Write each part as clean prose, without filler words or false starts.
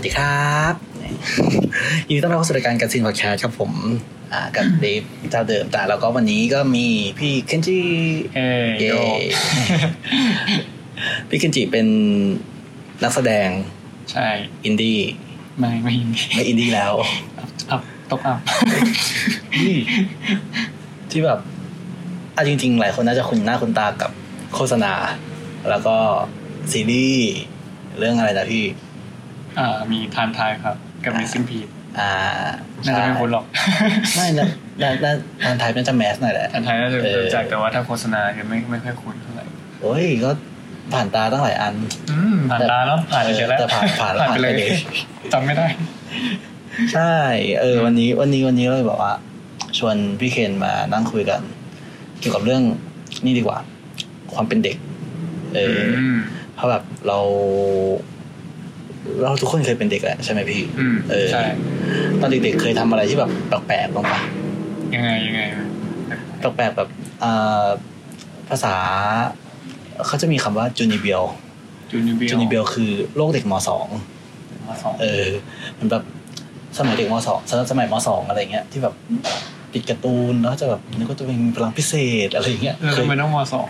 วัสดีครับยินดีต้อนรับเข้าสู่รายการกัดซินพอดแคสต์ครับผมกับเดฟเจ้าเดิมแต่แล้วก็วันนี้ก็มีพี่เคนจิเย้พี่เคนจิเป็นนักแสดงใช่อินดี้ไม่อินดี้แล้วตกอัพที่แบบจริงๆหลายคนน่าจะคุ้นหน้าคุ้นตากับโฆษณาแล้วก็ซีรีส์เรื่องอะไรนะพี่มีทานทายครับกับมิสซิ่งพีทน่าจะไม่คุ้นหรอกไม่นะทานทายน่าจะแมสหน่อยแหละทานทายน่าจะรู้จักแต่ว่าถ้าโฆษณาจะไม่ค่อยคุ้นเท่าไหร่โอ้ยก็ผ่านตาตั้งหลายอันผ่านตาแล้วผ่านเฉยแล้วแต่ผ่านไปเลยจำไม่ได้ใช่วันนี้เราบอกว่าชวนพี่เคนมานั่งคุยกันเกี่ยวกับเรื่องนี่ดีกว่าความเป็นเด็กเพราะแบบเราทุกคนเคยเป็นเด็กแหละใช่ไหมพี่ใช่ตอนเด็กๆเคยทำอะไรที่แบบแปลกๆบ้างปะยังไงแปลกๆแบบภาษาเขาจะมีคำว่าจูนิเบียลคือโลกเด็กม.2มันแบบสมัยเด็กม.2สมัยม.2อะไรเงี้ยที่แบบติดการ์ตูนแล้วจะแบบนึกว่าตัวเองมีพลังพิเศษอะไรเงี้ยเคยไปน้องม.2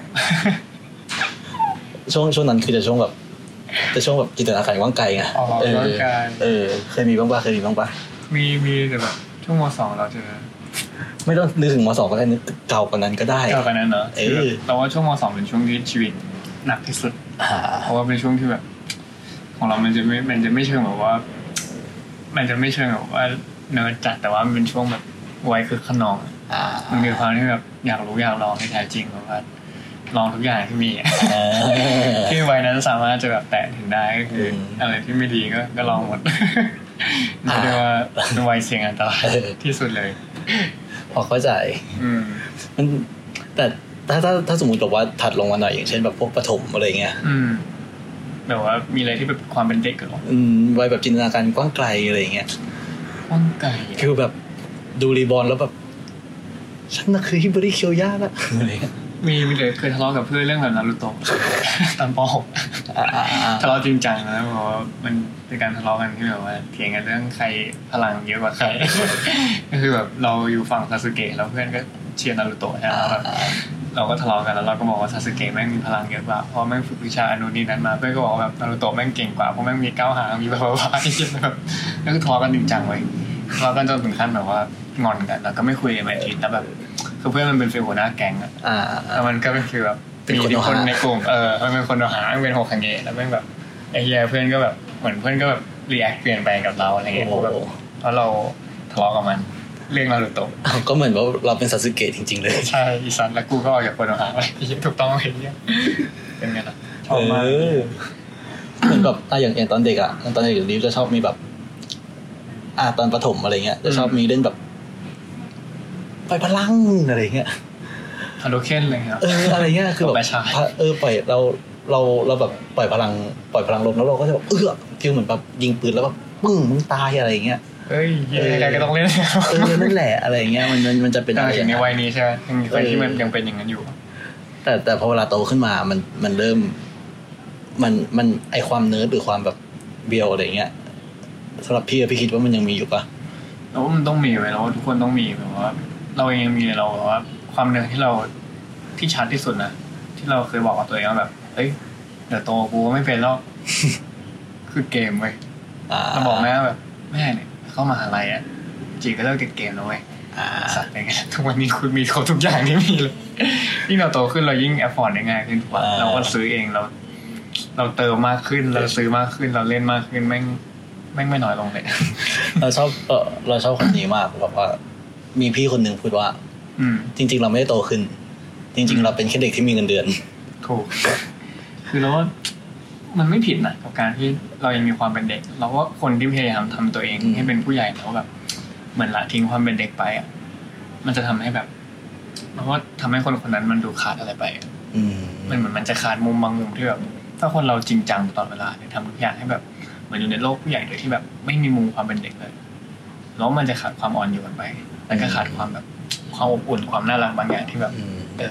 ช่วงนั้นคือจะช่วงแบบจินตนาการว่างไกลไงเคยมีบ้างปะมีแต่แบบช่วงม.2เราจะไม่ต้องนึกถึงม.2ก็ได้นึกเก่ากว่านั้นก็ได้เก่ากว่านั้นเนอะแต่ว่าช่วงม.2เป็นช่วงที่ชีวิตหนักที่สุดเพราะว่าเป็นช่วงที่แบบของเรามันจะไม่เชิงแบบว่ามันจะไม่เชิงแบบว่าเนิร์ดจัดแต่ว่ามันเป็นช่วงแบบวัยคือขนองมันมีความที่แบบอยากรู้อยากลองให้แท้จริงแบบว่าลองทุกอย่างที่มีที่วัยนั้นสามารถจะแบบแตะถึงได้ก็คืออะไรที่ไม่ดีก็ลองหมดนี่เรียกว่าเป็นวัยเสี่ยงอันตรายที่สุดเลยพอเข้าใจมันแต่ถ้าสมมุติแบบว่าถัดลงมาหน่อยอย่างเช่นแบบพวกประถมอะไรเงี้ยแบบว่ามีอะไรที่แบบความเป็นเด็กหรอวัยแบบจินตนาการกว้างไกลอะไรเงี้ยกว้างไกลคือแบบดูรีบอร์นแล้วแบบฉันน่ะคือฮิบริเคียวย่าละอะไรเงี้ยมีเลยเคยทะเลาะกับเพื่อนเรื่องแบบนารูโตะตอนป .6 ทะเลาะจริงจังนะเพราะว่ามันเป็นการทะเลาะกันที่แบบว่าเถียงกันเรื่องใครพลังเยอะกว่าใครก็คือแบบเราอยู่ฝั่งซาสึเกะแล้วเพื่อนก็เชียร์นารูโตะใช่ไหมเราก็ทะเลาะกันแล้วเราก็บอกว่าซาสึเกะแม่งมีพลังเยอะกว่าเพราะแม่งฝึกวิชาอนุนี้นั้นมาเพื่อนก็บอกแบบนารูโตะแม่งเก่งกว่าเพราะแม่งมี9 หางมีแบบว่าที่แบบก็คือทะเลาะกันจริงจังเลยทะเลาะกันจนถึงขั้นแบบว่างอนกันแล้วก็ไม่คุยกันมาทีแล้วแบบคือเพื่อนมันเป็นฟีลหัวหน้าแก๊งแล้วมันก็เป็นฟีลแบบมีคนในกลุ่มมันเป็นคนโดนหาเป็น6 คังเงะแล้วแม่งแบบไอ้เหี้ยเพื่อนก็แบบเหมือนเพื่อนก็แบบรีแอคเปลี่ยนไปกับเราอะไรเงี้ยแบบเพราะเราทะเลาะกับมันเรื่องนารูโตะก็เหมือนว่าเราเป็นซาสึเกะจริงๆเลยใช่อีซันแล้วกูก็ออกจากคนโดนหาไปถูกต้องเลยเนี่ยเป็นไงล่ะชอบมากเหมือนแบบอย่างตอนเด็กตอนเด็กดิวจะชอบมีแบบตอนประถมอะไรเงี้ยจะชอบมีเล่นแบบปล่อยพลังอะไรเงี้ยฮาโดเคนอะไรเงี้ยอะไรเงี้ยคือแบบปล่อยเราแบบปล่อยพลังลมแล้วเราก็จะแบบฟีลเหมือนแบบยิงปืนแล้วแบบปึ้งมึงตายอะไรเงี้ยใครก็ต้องเล่นนั่นแหละอะไรเงี้ยมันจะเป็นอะไรอย่างในวัยนี้ใช่ไหมยังมีคนที่มันยังเป็นอย่างนั้นอยู่แต่พอเวลาโตขึ้นมามันเริ่มมันไอความเนิร์ดหรือความแบบเบียวอะไรเงี้ยสำหรับพี่คิดว่ามันยังมีอยู่ปะแล้วมันต้องมีไว้แล้วทุกคนต้องมีแบบว่าเราเองมีเราแบบว่าความเนิร์ดที่ชัดที่สุดนะที่เราเคยบอกกับตัวเองว่าแบบเฮ้ยเดี๋ยวโตกูไม่เป็นแล้วคือเกมเว้ยเราบอกแม่แบบแม่เนี่ยเข้ามหาลัยจีก็เลิกเกมแล้วเว้ยสัตว์อะไรเงี้ยทุกวันนี้คุณมีครบทุกอย่างที่มีเลยยิ่งเราโตขึ้นเรายิ่งแอฟฟอร์ดได้ง่ายขึ้นเราก็ซื้อเองเราเติมมากขึ้นเราซื้อมากขึ้นเราเล่นมากขึ้นแม่งไม่น้อยลงเลยเราชอบคนนี้มากแบบว่ามีพี่คนหนึ่งพูดว่าจริงๆเราไม่ได้โตขึ้นจริงๆเราเป็นแค่เด็กที่มีเงินเดือนถูกคือเราว่ามันไม่ผิดนะกับการที่เรายังมีความเป็นเด็กเราว่าคนที่พยายามทำตัวเองให้เป็นผู้ใหญ่แล้วแบบเหมือนละทิ้งความเป็นเด็กไปมันจะทำให้แบบเราว่าทำให้คนคนนั้นมันดูขาดอะไรไปมันเหมือนมันจะขาดมุมบางมุมที่แบบถ้าคนเราจริงจังตลอดเวลาเนี่ยทำทุกอย่างให้แบบเหมือนอยู่ในโลกผู้ใหญ่โดยที่แบบไม่มีมุมความเป็นเด็กเลยแล้วมันจะขาดความอ่อนโยนไปแล้วก็ขาดความแบบความอบอุ่นความน่ารักบางอย่างที่แบบ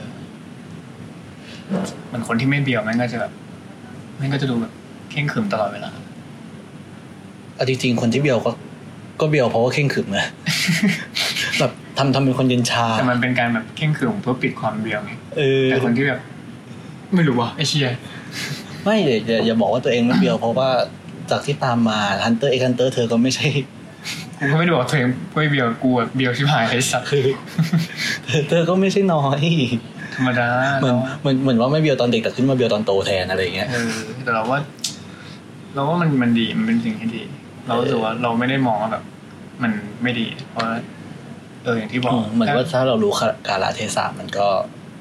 มันคนที่ไม่เบียวมันก็จะแบบมันก็จะดูแบบเข่งขรึมตลอดเวลาจริงๆคนที่เบียวก็เบียวเพราะว่าเข่งขรึมไง แบบทำเป็นคนเย็นชาแต่มันเป็นการแบบเข่งขรึมเพื่อปิดความเบียวไงแต่คนที่แบบไม่รู้ว่ะไอ้เชี่ยไม่อย่าบอกว่าตัวเองไม่เบียวเพราะว่าจากที่ตามมา Hunter x Hunter เธอก็ไม่ใช่กูก็ไม่ได้บอกตัวเองไม่เบียวกูเบียวชิบหายไอ้สัตว์เธอก็ไม่ใช่น้อยธรรมดาเหมือนว่าไม่เบียวตอนเด็กแต่ขึ้นมาเบียวตอนโตแทนอะไรอย่างเงี้ยแต่เราว่ามันดีมันเป็นสิ่งที่ดีเรารู้สึกว่าเราไม่ได้มองว่าแบบมันไม่ดีเพราะอย่างที่บอกเหมือนว่าถ้าเรารู้กาลเทศะมันก็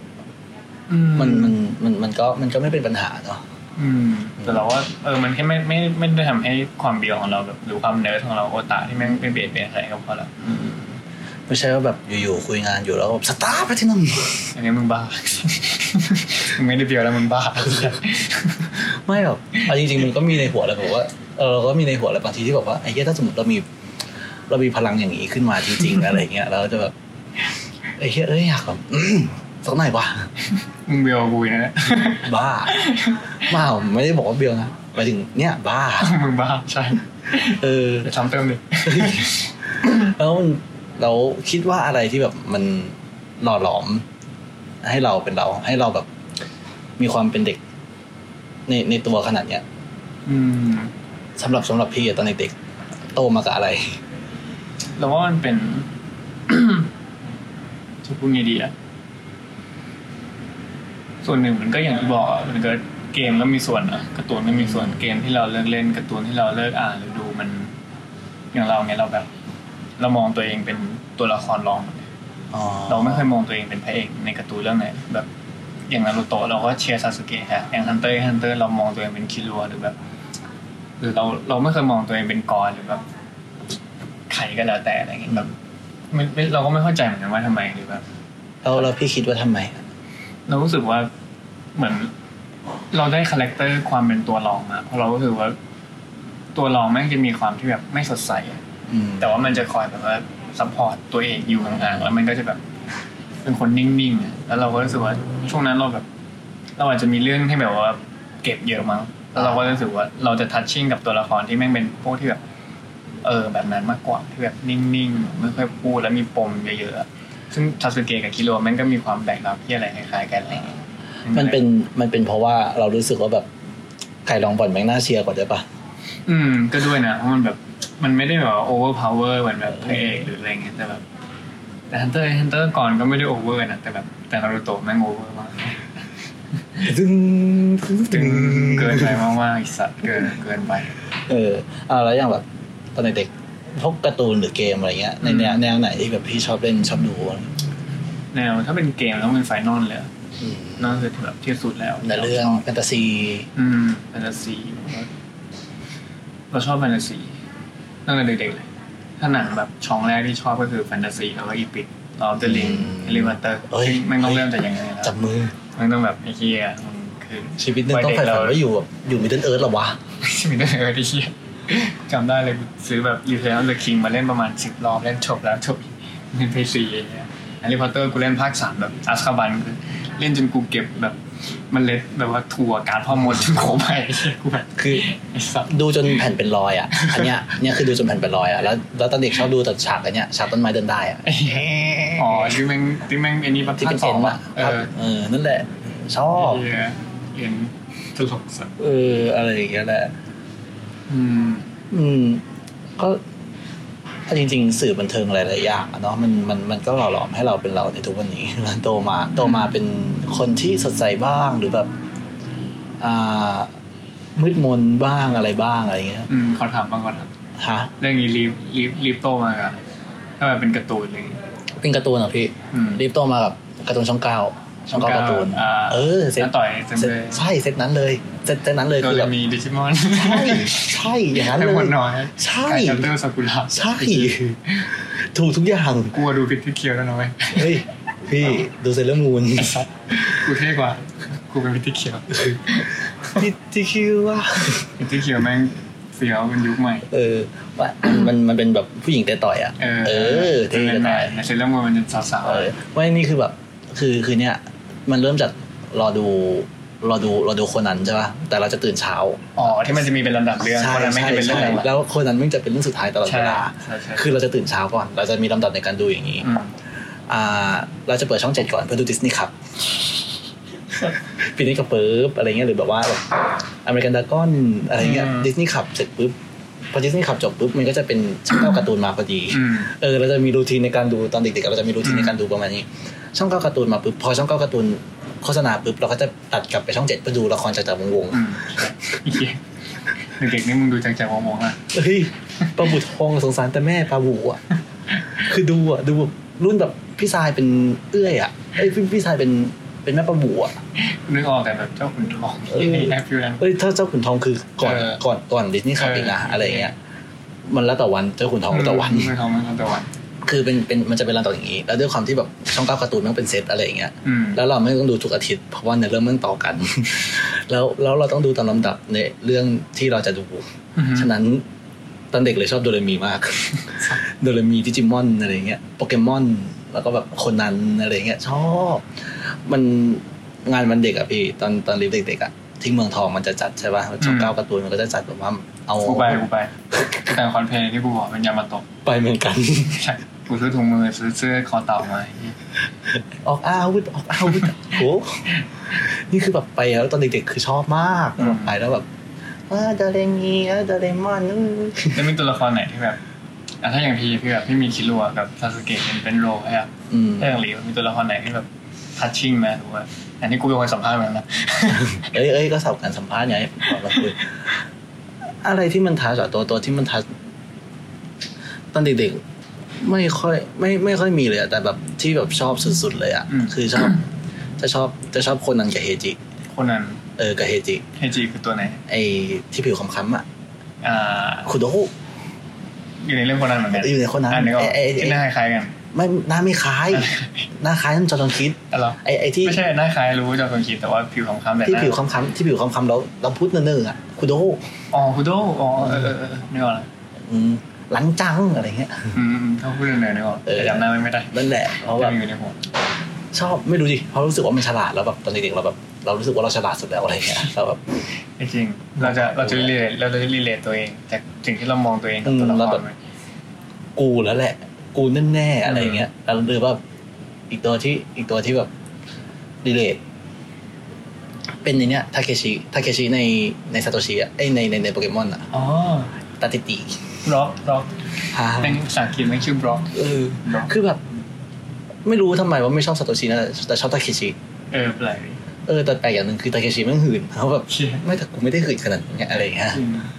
มันก็ไม่เป็นปัญหาเนาะแต่เราว่ามันแค่ไม่ได้ทำให้ความเบียวของเราแบบหรือความเนิร์ดของเราโอตาที่แม่งเป็นเบียดเบียนใครก็พอแล้วไม่ใช่ว่าแบบอยู่ๆคุยงานอยู่แล้วแบบสตาร์ทไปที่นั่นอันนี้มึงบ้ามึงไม่ได้เบียวแล้วมึงบ้าไม่หรอกจริงๆมันก็มีในหัวแล้วแบบว่าเราก็มีในหัวแล้วบางทีที่แบบว่าไอ้เหี้ยถ้าสมมติเรามีพลังอย่างนี้ขึ้นมาจริงๆอะไรเงี้ยเราจะแบบไอ้เหี้ยอยากแบบสักหน่อยว่ะมึงเบียวกูนะบ้าผมไม่ได้บอกว่าเบียวนะหมายถึงเนี่ยบ้ามึงบ้าใช่จะทำเติมดิแล้วเราคิดว่าอะไรที่แบบมันหล่อหลอมให้เราเป็นเราให้เราแบบมีความเป็นเด็กในตัวขนาดเนี้ยสำหรับพี่ตอนเด็กโตมากับอะไรเราว่ามันเป็น จะพูดไงดีอะส่วนหนึ่งมันก็อย่างที่บอกมันก็เกมก็มีส่วนนะการ์ตูนก็มีส่วนเกมที่เราเลิกเล่นการ์ตูนที่เราเลิกอ่านหรือดูมันอย่างเราไงเราแบบเรามองตัวเองเป็นตัวละครรองเราไม่เคยมองตัวเองเป็นพระเอกในการ์ตูนเรื่องไหนแบบอย่างนารูโตะเราก็เชียร์ซาสึเกะฮะอย่างฮันเตอร์เรามองตัวเองเป็นคิรัวหรือแบบหรือเราไม่เคยมองตัวเองเป็นกรหรือแบบใครก็แล้วแต่อะไรเงี้ยแบบเราก็ไม่เข้าใจเหมือนกันว่าทำไมหรือแบบเราพี่คิดว่าทำไมเรารู้สึกว่าเหมือนเราได้คาแรคเตอร์ความเป็นตัวรองมาเพราะเราก็คือว่าตัวรองแม่งจะมีความที่แบบไม่สดใสแต่ว่ามันจะคอยแบบว่าซัพพอร์ตตัวเองอยู่ห่างๆแล้วมันก็จะแบบเป็นคนนิ่งๆแล้วเราก็รู้สึกว่าช่วงนั้นเราแบบเราอาจจะมีเรื่องที่แบบว่าเก็บเยอะมั้งแล้วเราก็รู้สึกว่าเราจะทัชชิ่งกับตัวละครที่แม่งเป็นพวกที่แบบแบบนั้นมากกว่าที่แบบนิ่งๆไม่ค่อยพูดแล้วมีปมเยอะๆซึ่งซาสึเกะกับคิโร่แม่งก็มีความแบกรับที่อะไรคล้ายๆกันอะไรมันเป็นเพราะว่าเรารู้สึกว่าแบบไก่ลองบอลแม่งน่าเชียร์กว่าได้ปะก็ด้วยนะเพราะมันแบบมันไม่ได้แบบโอเวอร์พาวเวอร์เหมือนแบบพระเอกหรืออะไรเงี้ยแต่แบบแต่ฮันเตอร์ก่อนก็ไม่ได้โอเวอร์นะแต่นารูโตะแม่งโอเวอร์มากตึงเกินไปมากๆไอ้สัตว์เกินไปแล้วอย่างแบบตอนเด็กพวกการ์ตูนหรือเกมอะไรเงี้ยในแนวไหนที่แบบพี่ชอบเล่นชอบดูแนวถ้าเป็นเกมต้องเป็นไฟนอลเลยนั่นคือแบบที่สุดแล้วในเรื่องแฟนตาซีแฟนตาซีเราชอบแฟนตาซีตั้งแต่เด็กๆเลยถ้าหนังแบบช่องแรกที่ชอบก็คือแฟนตาซีแล้วก็อีพิกลอฟเดอะริงแฮร์รี่พอตเตอร์ไม่ต้องเริ่มจากยังไงจับมือมันต้องแบบไอ้เหี้ยคือชีวิตนึงต้องใฝ่ฝันว่าอยู่มิดเดิลเอิร์ธหรอวะมิดเดิลเอิร์ธไอ้เหี้ยจำได้เลยซื้อแบบรีเทลเดอะคิงมาเล่นประมาณ10 รอบเล่นจบแล้วจบเล่นไป4อย่างเงี้ยแฮร์รี่พอตเตอร์กูเล่นภาค3แบบอัสคาบันคือเล่นจนกูเก็บแบบมันเล็ดแบบว่าถั่วการพ่อมดจนโคไปกูแบบคือดูจนแผ่นเป็นรอยอ่ะอันเนี้ยคือดูจนแผ่นเป็นรอยอ่ะแล้วตอนเด็กชอบดูแต่ฉากอันเนี้ยฉากต้นไม้เดินได้อ่ะที่แม่งไอ้นี่ที่เป็น2อ่ะนั่นแหละชอบเรียนตลกสัสอะไรอย่างเงี้ยแหละก็จริงๆสื่อบันเทิงหลายๆอย่างเนาะมันก็หล่อหลอมให้เราเป็นเราในทุกวันนี้โตมาเป็นคนที่สดใสบ้างหรือแบบมืดมนบ้างอะไรบ้างอะไรเงี้ยเขาถามบ้างก่อนฮะเรื่องนี้รีบโตมากับถ้าแบบเป็นการ์ตูนอะไรเป็นการ์ตูนเหรอพี่รีบโตมากับการ์ตูนช่อง9การ์ตูนเซตต่อยใช่เซตนั้นเลยเซตนั้นเลยคือแบบมีดิจิมอนใช่อย่างนั้นเลยใช่ไคเตอร์ซากุระใช่ถูกทุกอย่างกูดูพิธีเคียวแล้วน้อยเฮ้ยพี่ดูเซเลอร์มูนกูเท่กว่ากูเป็นพิธีเคียวพิธีเคียวว่ะพิธีเคียวแม่งเสียวมันยุคใหม่ว่ามันเป็นแบบผู้หญิงเตะต่อยอ่ะเท่ต่อยในเซเลอร์มูนมันจะสาวๆว่านี่คือแบบคือเนี่ยมันเริ่มจากรอดูเราดูโคนันใช่ป่ะแต่เราจะตื่นเช้าที่มันจะมีเป็นลำดับเรื่องโคนันไม่จะเป็นเรื่องแล้วโคนันไม่จะเป็นเรื่องสุดท้ายตลอดเวลาคือเราจะตื่นเช้าก่อนเราจะมีลำดับในการดูอย่างนี้เราจะเปิดช่อง7ก่อนเพื่อดูดิสนีย์ครับปีนี้ก็ปึ๊บอะไรเงี้ยหรือแบบว่าอเมริกันดราก้อนอะไรเงี้ยดิสนีย์ขับเสร็จปุ๊บพอดิสนีย์ขับจบปุ๊บมันก็จะเป็นช่อง9การ์ตูนมาพอดีเราจะมีรูทีนในการดูตอนเด็กๆเราจะมีรูทีนในการดูประมาณนี้ช่อง9การ์ตูนมาปุ๊บพอช่อง9การ์ตูนโฆษณาปุ๊บเราก็จะตัดกลับไปช่อง7เพื่อดูละครจากวงเด็กๆนี่มึงดูจากวงอ่ะเฮ้ยปลาบูทองสงสารแต่แม่ปลาบูอ่ะคือดูรุ่นแบบพี่ชายเป็นเอื้อยอ่ะพี่ชายเป็นแม่ปลาบูอ่ะนึกออกแต่แบบเจ้าขุนทองแอปฟิวนั้นถ้าเจ้าขุนทองคือก่อนดิสนีย์ครับอีกนะอะไรเงี้ยมันแล้วแต่วันเจ้าขุนทองแล้วแต่วันคือเป็นมันจะเป็นลำดับอย่างนี้แล้วด้วยความที่แบบช่อง9การ์ตูนมันเป็นเซตอะไรอย่างเงี้ยแล้วเราไม่ต้องดูทุกอาทิตย์เพราะว่าเริ่มมันต่อกันแล้วเราต้องดูตามลำดับในเรื่องที่เราจะดูฉะนั้นตอนเด็กเลยชอบโดเรมีมากโดเรมีดิจิมอนอะไรเงี้ยโปเกมอนแล้วก็แบบโคนันอะไรเงี้ยชอบมันงานวันเด็กอ่ะพี่ตอนเด็กๆอ่ะที่เมืองทองมันจะจัดใช่ป่ะช่อง9การ์ตูนมันก็จะจัดแบบว่าเอากูไปแต่คอนเพลย์ที่กูบอกเป็นยามาโตะไปเหมือนกันใช่กูซื้อถุงมือซื้อเสื้อคอเต่ามาออกอาวุธโหนี่คือแบบไปแล้วตอนเด็กๆคือชอบมากไปแล้วแบบดาเรมีดาเรมอนแล้วมีตัวละครไหนที่แบบถ้าอย่างพี่แบบพี่มีคิรัวกับซาสึเกะเป็นโรใช่ป่ะถ้าอย่างหลีมีตัวละครไหนที่แบบทัชชิ่งไหมหรือว่าอันนี้กูเป็นคนสัมภาษณ์มันนะก็สับการสัมภาษณ์ไงเราคุยอะไรที่มันทัชตัวที่มันทัชตอนเด็กๆไม่ค่อยมีเลยแต่แบบที่แบบชอบสุดๆเลยอ่ะคือชอบโคนันกับเฮจิโคนันกับเฮจิคือตัวไหนไอ้ที่ผิวค้ำๆอ่ะคุโดะอยู่ในเรื่องโคนันเหมือนกันอยู่ในโคนันที่หน้าคล้ายกันไม่หน้าไม่คล้ายหน้าคล้ายนั่นจอร์แดนคิดไอ้ที่ไม่ใช่หน้าคล้ายรู้จอร์แดนคิดแต่ว่าผิวค้ำๆแบบที่ผิวค้ำๆเราพูดเนิ่นๆอ่ะคุโดะคุโดะนี่ก่อนหลังจังอะไรเงี้ยเขาพูดเนิ่นๆนี่ก่อนแต่จำหน้าไม่ได้นั่นแหละเพราะว่าชอบไม่รู้ดิเพราะรู้สึกว่ามันฉลาดแล้วแบบตอนเด็กๆเรารู้สึกว่าเราฉลาดสุดแล้วอะไรเงี้ยเราแบบจริงเราจะรีเลทตัวเองจากสิ่งที่เรามองตัวเองกับตัวละครกูแล้วแหละกูแน่ๆอะไรเงี้ยแล้วหรือว่าอีกตัวที่แบบรีเลทเป็นในเนี้ยทาเคชิในซาโตชิอ่ะในโปเกมอนอ่ะตาติติบล็อกเป็นภาษาอังกฤษมันชื่อบล็อกคือแบบไม่รู้ทำไมว่าไม่ชอบซาโตชินะแต่ชอบทาเคชิแปลกแต่แปลกอย่างนึงคือทาเคชิมันหื่นเขาแบบไม่แต่กูไม่ได้หื่นขนาดนี้อะไรเงี้ย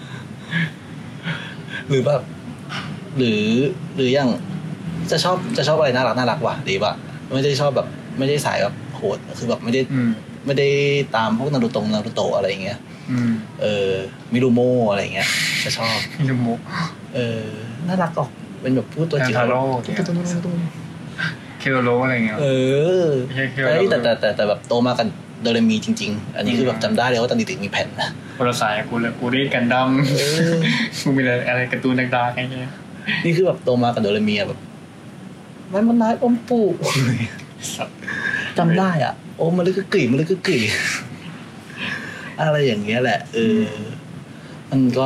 หรือแบบหรืออย่างจะชอบอะไรน่ารักว่ะดีป่ะไม่ได้ชอบแบบไม่ได้สายแบบโหดคือแบบไม่ได้ตามพวกนารูโตะอะไรอย่างเงี้ยมิรุโมะอะไรอย่างเงี้ยจะชอบมิรุโมะน่ารักออกเป็นแบบพูดตัวจิ๋วตัวเคโรโรอะไรเงี้ยแต่แบบโตมากันโดเรมีจริงๆอันนี้คือแบบจำได้เลยว่าตอนเด็กๆมีแผ่นนะคนละสายกูได้กันดั้มกูมีอะไรการ์ตูนดังๆไอ้เงี้ยนี่คือแบบโตมากับโดเรมีแบบมันนายอมปูจำได้อ่ะโอ้มันเลยก็กรี่อะไรอย่างเงี้ยแหละมันก็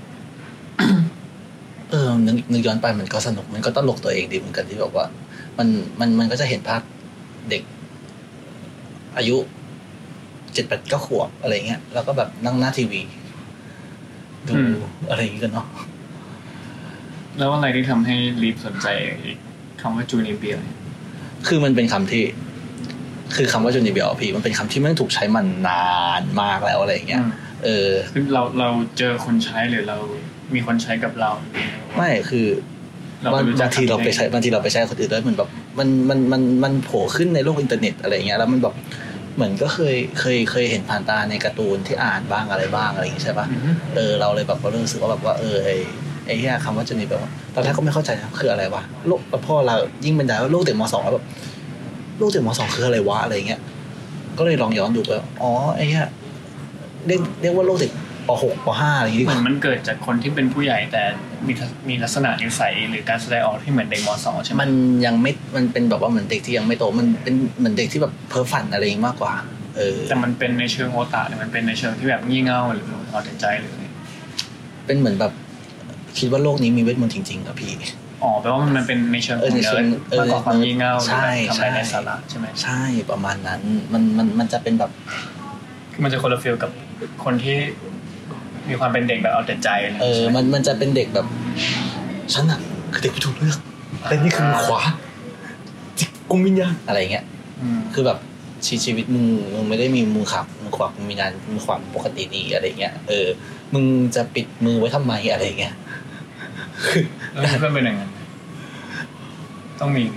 นึกย้อนไปมันก็สนุกมันก็ตลกตัวเองดีเหมือนกันที่แบบว่ามันก็จะเห็นภาพเด็กอายุ7-8-9 ขวบอะไรเงี้ยแล้วก็แบบนั่งหน้าทีวีดูอะไรอย่างเงี้ยกันเนาะแล้วอะไรที่ทำให้ลีฟสนใจคำว่าจูนิเบียคือมันเป็นคำที่คือคำว่าจูนิเบียพี่มันเป็นคำที่มันถูกใช้มานานมากแล้วอะไรอย่างเงี้ยคือเราเจอคนใช้หรือเรามีคนใช้กับเราไม่คือบางทีเราไปใช้คนอื่นแล้วมันแบบมันโผล่ขึ้นในโลกอินเทอร์เน็ตอะไรอย่างเงี้ยแล้วมันแบบเหมือนก็เคยเห็นผ่านตาในการ์ตูนที่อ่านบ้างอะไรบ้างอะไรอย่างงี้ใช่ป่ะเราเลยแบบรู้สึกว่าแบบว่าไอ้เหี้ยคำว่าจูนิเบียตอนแรกก็ไม่เข้าใจนะคืออะไรวะโลกพ่อเรายิ่งเป็นดาวโลกเด็กม.2 แล้วแบบโลกเด็กม.2 คืออะไรวะอะไรเงี้ยก็เลยลองย้อนดูไปไอ้เหี้ยเรียกว่าโลกเด็กป.6 ป.5 อะไรอย่างงี้เหมือนมันเกิดจากคนที่เป็นผู้ใหญ่แต่มีลักษณะนิสัยหรือการแสดงออกที่เหมือนเด็กม.2 ใช่ไหมมันยังไม่มันเป็นแบบว่าเหมือนเด็กที่ยังไม่โตมันเป็นเหมือนเด็กที่แบบเพ้อฝันอะไรอย่างงี้มากกว่าแต่มันเป็นในเชิงโอตาหรือมันเป็นในเชิงที่แบบงี่เง่าหรือเอาแต่ใจหรือเป็นเหมือนแบบคิดว่าโลกนี้มีเวทมนต์จริงๆครับพี่แปลว่ามันเป็นในเชิงของเนิร์ดมากกว่าความงี่เง่าหรือทำอะไรในสาระใช่ไหมใช่ประมาณนั้นมันจะเป็นแบบคือมันจะคนละฟีลกับคนที่มีความเป็นเด็กแบบเอาแต่ใจมันจะเป็นเด็กแบบฉันน่ะคือเด็กผู้ถูกเลือกแต่นี่คือมือขวาจิกกุมวิญญาณอะไรเงี้ยคือแบบชีวิตมึงไม่ได้มีมือขับมือขวามึงมีงานมือขวาปกติดีอะไรเงี้ยมึงจะปิดมือไว้ทำไมอะไรเงี้ยแล้วเพื่อนเป็นยังไงต้องมี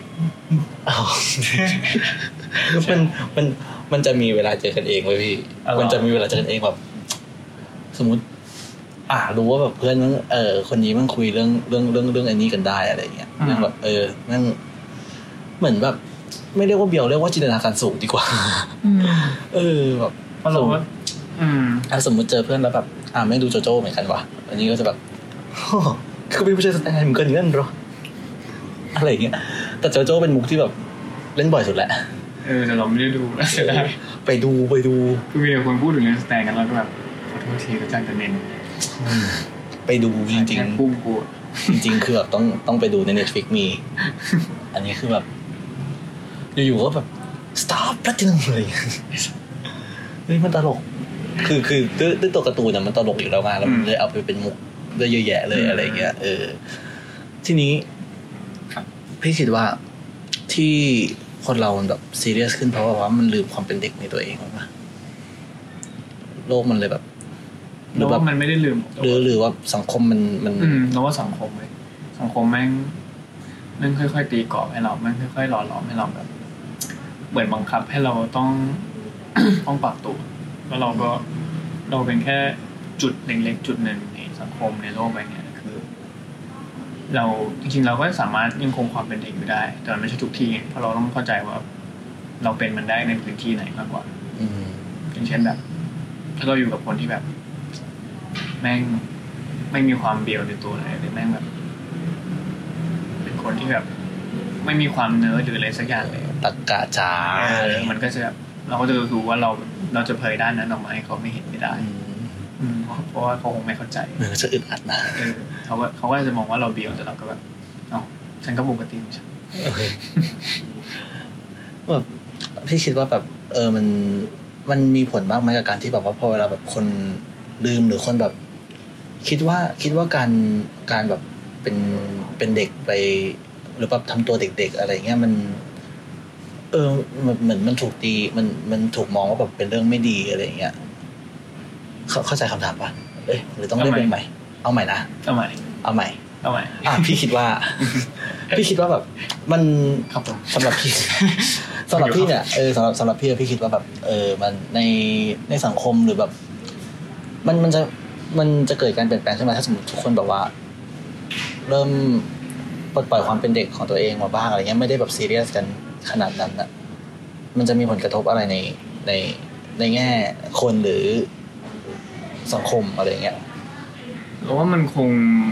มันจะมีเวลาเจอกันเองเว้ยพี่มันจะมีเวลาเจอกันเองแบบสมมติรู้ว่าแบบเพื่อนคนนี้มันคุยเรื่องอันนี้กันได้อะไรเงี้ยนั่งแบบนั่งเหมือนแบบไม่เรียกว่าเบียวเรียกว่าจินตนาการสูงดีกว่าแบบสมมติสมมติเจอเพื่อนแล้วแบบไม่ดูโจโจ้เหมือนกันวะอันนี้ก็จะแบบคือเป็นผู้ชายสไตล์เหมือนกันงั้นหรออะไรเงี้ยแต่โจโจ้เป็นมุกที่แบบเล่นบ่อยสุดแหละแต่เราไม่ได้ดูเสียดายไปดูคือมีคนพูดถึงเรื่องสแตนกันแล้วก็แบบขอโทษทีก็จ้างแต่เน้นไปดูจริงๆปุ้มกูจริงๆคือแบบต้องไปดูใน Netflix มีอันนี้คือแบบอยู่ๆก็แบบ stop พลัดจึงเลยมันตลกคือด้วยตัวการ์ตูนน่ะมันตลกอยู่แล้วมาแล้วมันเลยเอาไปเป็นมุกได้เยอะแยะเลยอะไรเงี้ยทีนี้พี่คิดว่าที่คนเราแบบซีเรียสขึ้นเพราะว่ามันลืมความเป็นเด็กในตัวเองมั้ยโลกมันเลยแบบหรือว่ามันไม่ได้ลืมหรือว่าสังคมมันเราว่าสังคมเลยสังคมแม่งค่อยๆตีกรอบให้เราแม่งค่อยๆหล่อหลอมให้เราแบบเหมือนบังคับให้เราต้อง ต้องปรับตัวแล้วเราเป็นแค่จุดเล็กๆจุดหนึ่งในสังคมในโลกใบนี้คือเราจริงๆเราก็สามารถยังคงความเป็นเด็กอยู่ได้แต่ไม่ใช่ทุกที่เพราะเราต้องเข้าใจว่าเราเป็นมันได้ในพื้นที่ไหนมากกว่าอย่างเช่นแบบถ้าเราอยู่กับคนที่แบบแม่งไม่มีความเบียวในตัวเลยหรือแม่งแบบเป็นคนที่แบบไม่มีความเนิร์ดหรืออะไรสักอย่างเลยตะกะจ๋ามันก็จะแบบเราก็จะรู้ว่าเราจะเผยด้านนั้นออกมาให้เขาไม่เห็นไม่ได้เพราะว่าเขาคงไม่เข้าใจจะอึดอัดนะเขาก็จะมองว่าเราเบียวแต่เราก็แบบฉันก็ปกติใช่แบบพี่คิดว่าแบบมันมีผลมากไหมกับการที่แบบว่าพอเวลาแบบคนลืมหรือคนแบบคิดว่าการแบบเป็นเด็กไปหรือแบบทำตัวเด็กๆอะไรเงี้ยมันเหมือนมันถูกตีมันถูกมองว่าแบบเป็นเรื่องไม่ดีอะไรเงี้ยเข้าใจคำถามป่ะหรือต้องเล่นเป็นใหม่เอาใหม่นะเอาใหม่พี่คิดว่าแบบมันสำหรับพี่เนี่ยสำหรับพี่คิดว่าแบบมันในสังคมหรือแบบมันจะเกิดการเปลี่ยนแปลงขึ้นมาถ้าสมมติทุกคนแบบว่าเริ่มปลดปล่อยความเป็นเด็กของตัวเองมาบ้างอะไรเงี้ยไม่ได้แบบซีเรียสกันขนาดนั้นน่ะมันจะมีผลกระทบอะไรในแง่คนหรือสังคมอะไรเงี้ยเราว่ามันคง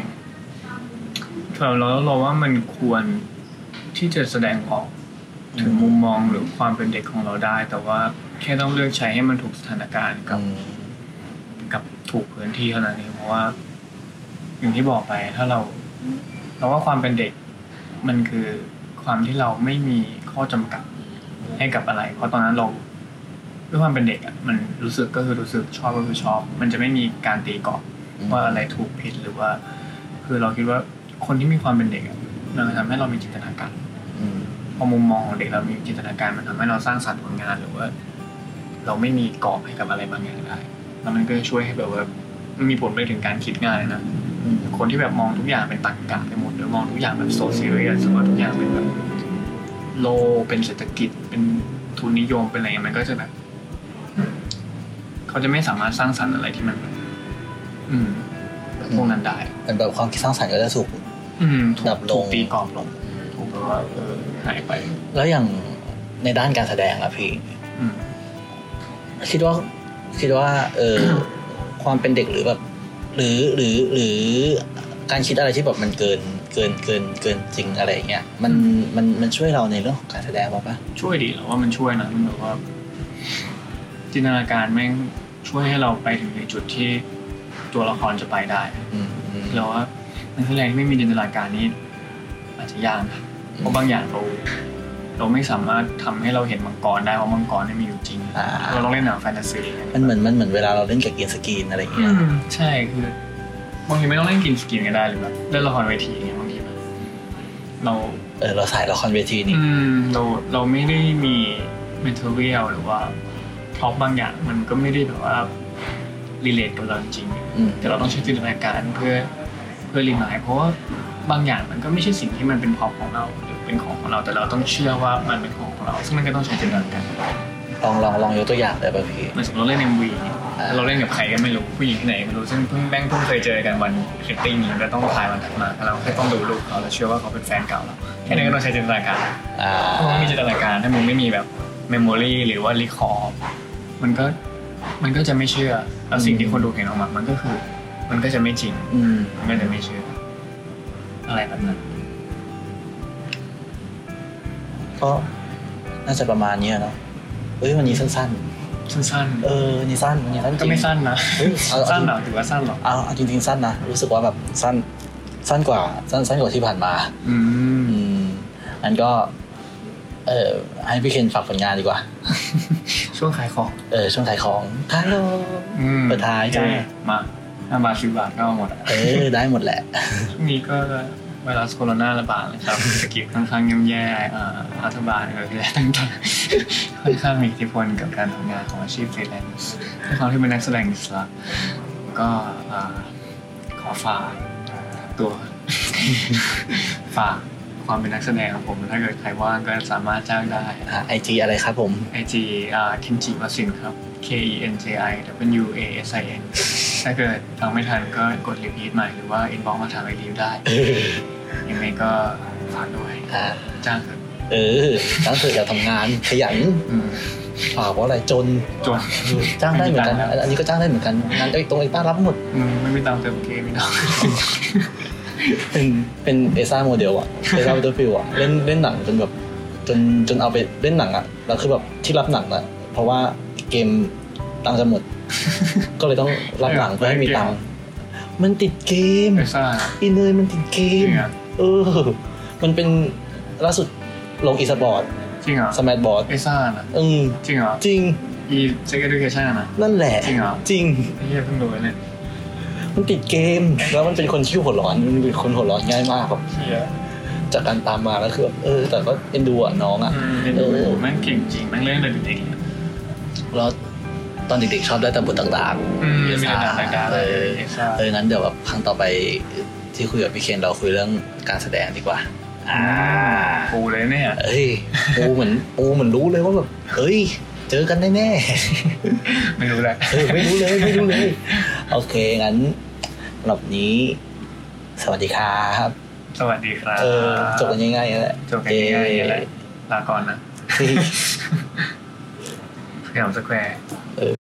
เราว่ามันควรที่จะแสดงออกถึงมุมมองหรือความเป็นเด็กของเราได้แต่ว่าแค่ต้องเลือกใช้ให้มันถูกสถานการณ์กับถูกพื้นที่เท่านั้นเองเพราะว่าอย่างที่บอกไปถ้าเราว่าความเป็นเด็กมันคือความที่เราไม่มีข้อจำกัดให้กับอะไรเพราะตอนนั้นเราด้วยความเป็นเด็กมันรู้สึกก็คือรู้สึกชอบก็คือชอบมันจะไม่มีการตีกรอบว่าอะไรถูกผิดหรือว่าคือเราคิดว่าคนที่มีความเป็นเด็กมันทำให้เรามีจินตนาการพอมุมมองของเด็กเรามีจินตนาการมันทำให้เราสร้างสรรค์ผลงานหรือว่าเราไม่มีกรอบให้กับอะไรบางอย่างได้แล้วมันก็ช่วยให้แบบว่ามันมีผลไปถึงการคิดงานนะคนที่แบบมองทุกอย่างเป็นตรรกะไปหมดหรือมองทุกอย่างแบบโซเชียลสมมติทุกอย่างเป็นแบบโลเป็นเศรษฐกิจเป็นทุนนิยมเป็นอะไรมันก็จะแบบเขาจะไม่สามารถสร้างสรรค์อะไรที่มันพวกนั้นได้เป็นแบบความคิดสร้างสรรค์ก็จะถูกดับลงตีกรอบลงถูกแบบว่าหายไปแล้วอย่างในด้านการแสดงอะพี่คิดว่าความเป็นเด็กหรือแบบหรือการคิดอะไรที่แบบมันเกินจริงอะไรเงี้ยมันช่วยเราในเรื่องของการแสดงป่ะช่วยดีแล้วว่ามันช่วยนะมันแบบว่าจินตนาการแม่งช่วยให้เราไปถึงในจุดที่ตัวละครจะไปได้แล้วว่านักแสดงที่ไม่มีจินตนาการนี้อาจจะยากนะเพราะบางอย่างเราไม่สามารถทำให้เราเห็นมังกรได้เพราะมังกรไม่มีอยู่จริงเราต้องเล่นหนังแฟนตาซีมันเหมือนเวลาเราเล่นกับกินสกรีนอะไรอย่างเงี้ยใช่คือบางทีไม่ต้องเล่นกินสกรีนก็ได้หรือแบบเล่นละครเวทีอย่างเงี้ยบางทีแบบเราถ่ายละครเวทีนี่เราไม่ได้มีเมทเรียลหรือว่าท็อปบางอย่างมันก็ไม่ได้แบบว่ารีเลทกับเราจริงแต่เราต้องใช้จินตนาการเพื่อรีมายเพราะว่าบางอย่างมันก็ไม่ใช่สิ่งที่มันเป็นของเราหรือเป็นของเราแต่เราต้องเชื่อว่ามันเป็นของเราซึ่งมันก็ต้องใช้จินตนาการลองยกตัวอย่างได้ป่ะพี่เหมือนสมมติเราเล่น MV เราเล่นกับใครก็ไม่รู้ผู้หญิงที่ไหนไม่รู้ซึ่งเพิ่งเคยเจอกันวันฟิตติ้งแล้วก็ต้องถ่ายวันถัดมาเราแค่ต้องดูรูปเขาแล้วเชื่อว่าเขาเป็นแฟนเก่าเราแค่นั้นก็ต้องใช้จินตนาการถ้ามึงมีจินตนาการถ้ามึงไม่มีแบบเมมโมรี่หรือว่ารีคอร์มันก็จะไม่เชื่อแล้วสิ่งที่คนดูเห็นออกมามันก็จะไม่จริงมันก็จะไม่เชื่ออะไรแบบนั้นก็น่าจะประมาณนี้เนาะวันนี้สั้นนี่สั้นวันนี้สั้นก็ไม่สั้นนะสั้นหรอถือว่าสั้นหรอจริงๆสั้นนะรู้สึกว่าแบบสั้นกว่าที่ผ่านมาอันก็ให้พี่เคนฝากผลงานดีกว่าช่วงขายของช่วงขายของฮัลโหลเปิดท้ายใช่มา5 บาท 10 บาทก็หมดได้หมดแหละช่วงนี้ก็ไวรัสโคโรนาระบาดนะครับเศรษฐกิจค่อนข้างย่ำแย่รัฐบาลต่างๆค่อนข้างมีอิทธิพลกับการทำงานของอาชีพฟรีแลนซ์ด้วยความที่เป็นนักแสดงอิสระก็ขอฝากตัวฝากความเป็นนักแสดงของผมถ้าเกิดใครว่างก็สามารถจ้างได้ IG อะไรครับผม IG Kenji Wasin ครับ KENJIWASIN ถ้าเกิดฟังไม่ทันก็กดรีพีทใหม่หรือว่าอินบ็อกซ์มาถามไอรีวได้ยังไงก็ฝากด้วยจ้างเถอะจ้างเถอะอย่าทำงานขยันฝากเพราะอะไรจนจ้างได้เหมือนกันอันนี้ก็จ้างได้เหมือนกันงานตรงไอ้ป้ารับหมดไม่มีตังค์เติมเกมไม่ได้เป็นเอซ่าโมเดลอะเอซ่าบัตเตอร์ฟิลอะเล่นหนังจนแบบจนเอาไปเล่นหนังอะแล้วคือแบบที่รับหนังอะเพราะว่าเกมตังค์จะหมดก็เลยต้องรับหนังเพื่อให้มีตังค์มันติดเกมอินเนยมันติดเกมมันเป็นล่าสุดลงอีสปอร์ตจริงเหรอสมาร์ทบอร์ดเอซ่าน่ะจริงเหรอจริงอีเซ็กเอดูเคชั่นน่ะนั่นแหละจริงเหรอจริงเฮียเพิ่งรู้เนี่ยมันติดเกมแล้วมันเป็นคนที่หัวร้อนมันเป็นคนหัวร้อนง่ายมากครับจากการตามมาแล้วคือแต่ก็เอ็นดูอ่ะน้องอ่ะแม่งเก่งจริงแม่งเล่นเลยเด็กๆแล้วตอนเด็กๆชอบได้แต่บทต่างๆไม่ได้ต่างๆงั้นเดี๋ยวแบบครั้งต่อไปที่คุยกับพี่เคนเราคุยเรื่องการแสดงดีกว่าปูเลยเนี่ยปูเหมือนรู้เลยว่าแบบเจอกันแน่ๆไม่รู้แหละไม่รู้เลยโอเคงั้นรอบนี้สวัสดีครับสวัสดีครับจบกันง่ายๆแหละจบกันง่ายๆแหละลาก่อนนะสยามสแควร์